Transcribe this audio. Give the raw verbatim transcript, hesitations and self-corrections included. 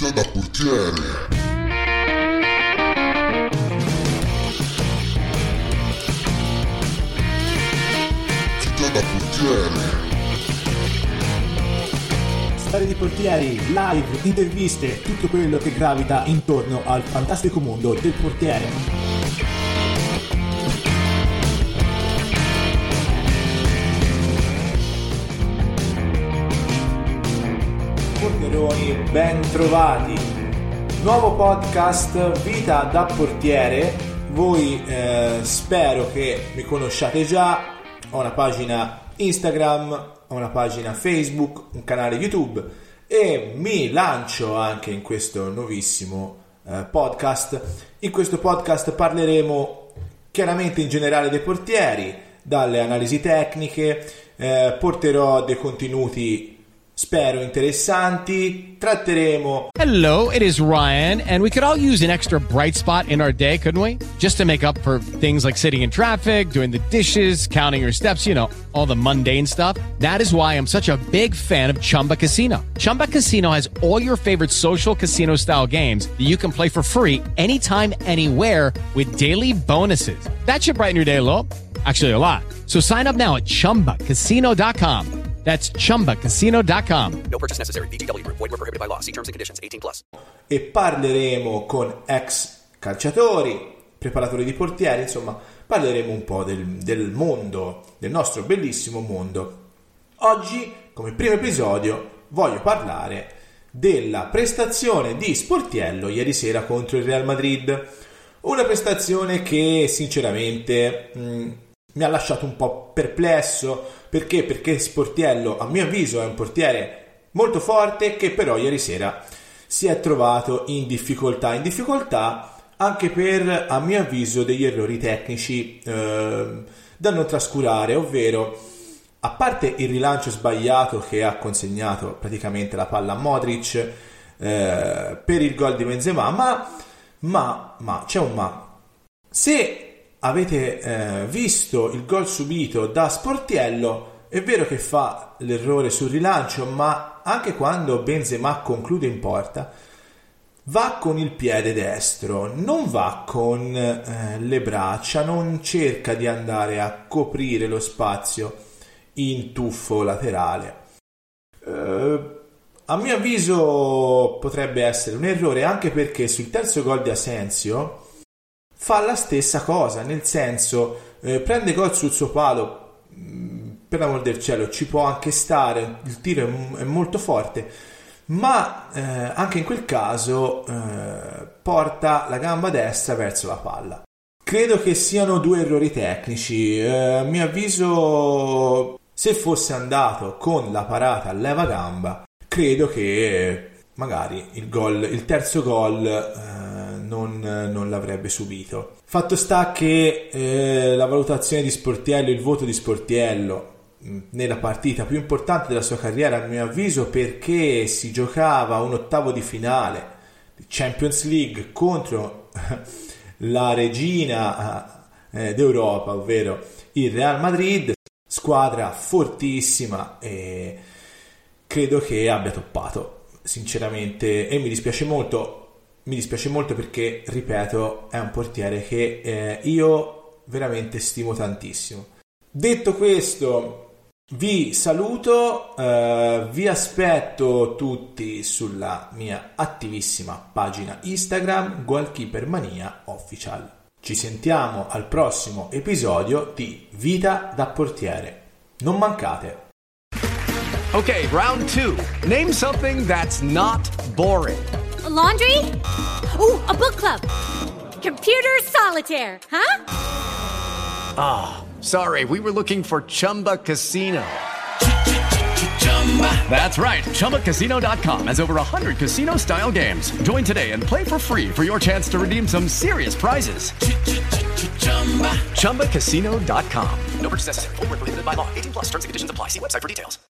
Vita da portiere. Vita da portiere. Storie di portieri, live, interviste, tutto quello che gravita intorno al fantastico mondo del portiere. Portieroni, ben trovati. Nuovo podcast Vita da portiere. Voi eh, spero che mi conosciate già. Ho una pagina Instagram, ho una pagina Facebook, un canale YouTube e mi lancio anche in questo nuovissimo eh, podcast. In questo podcast parleremo chiaramente in generale dei portieri, dalle analisi tecniche, eh, porterò dei contenuti spero interessanti, tratteremo. Hello, it is Ryan, and we could all use an extra bright spot in our day, couldn't we? Just to make up for things like sitting in traffic, doing the dishes, counting your steps, you know, all the mundane stuff. That is why I'm such a big fan of Chumba Casino. Chumba Casino has all your favorite social casino style games that you can play for free anytime, anywhere with daily bonuses. That should brighten your day a little. Actually, a lot. So sign up now at chumba casino dot com. That's chumba casino dot com. No purchase necessary. V G W Group. Void where prohibited by law. See terms and conditions. eighteen plus. E parleremo con ex calciatori, preparatori di portieri, insomma, parleremo un po' del, del mondo, del nostro bellissimo mondo. Oggi, come primo episodio, voglio parlare della prestazione di Sportiello ieri sera contro il Real Madrid. Una prestazione che sinceramente mh, mi ha lasciato un po' perplesso. Perché? Perché Sportiello, a mio avviso, è un portiere molto forte che però ieri sera si è trovato in difficoltà. In difficoltà anche per, a mio avviso, degli errori tecnici eh, da non trascurare, ovvero, a parte il rilancio sbagliato che ha consegnato praticamente la palla a Modric eh, per il gol di Benzema, ma, ma, ma, c'è un ma. Se avete eh, visto il gol subito da Sportiello, è vero che fa l'errore sul rilancio, ma anche quando Benzema conclude in porta va con il piede destro, non va con eh, le braccia, non cerca di andare a coprire lo spazio in tuffo laterale. Eh, a mio avviso potrebbe essere un errore, anche perché sul terzo gol di Asensio fa la stessa cosa, nel senso eh, prende gol sul suo palo, mh, per l'amor del cielo ci può anche stare, il tiro è, è molto forte, ma eh, anche in quel caso eh, porta la gamba destra verso la palla. Credo che siano due errori tecnici. Eh, a mio avviso, se fosse andato con la parata a leva gamba, credo che magari il gol, il terzo gol eh, Non, non l'avrebbe subito. Fatto sta che eh, la valutazione di Sportiello, il voto di Sportiello mh, nella partita più importante della sua carriera, a mio avviso, perché si giocava un ottavo di finale di Champions League contro la regina eh, d'Europa, ovvero il Real Madrid, squadra fortissima, e credo che abbia toppato sinceramente, e mi dispiace molto. Mi dispiace molto perché, ripeto, è un portiere che eh, io veramente stimo tantissimo. Detto questo, vi saluto, eh, vi aspetto tutti sulla mia attivissima pagina Instagram Goalkeeper Mania Official. Ci sentiamo al prossimo episodio di Vita da portiere. Non mancate! Okay, round two. Name something that's not boring. A laundry? Ooh, a book club. Computer solitaire, huh? Ah, oh, sorry, we were looking for Chumba Casino. That's right, Chumba Casino dot com has over one hundred casino-style games. Join today and play for free for your chance to redeem some serious prizes. Chumba Casino dot com. No purchase necessary. Void where prohibited by law. eighteen plus. Terms and conditions apply. See website for details.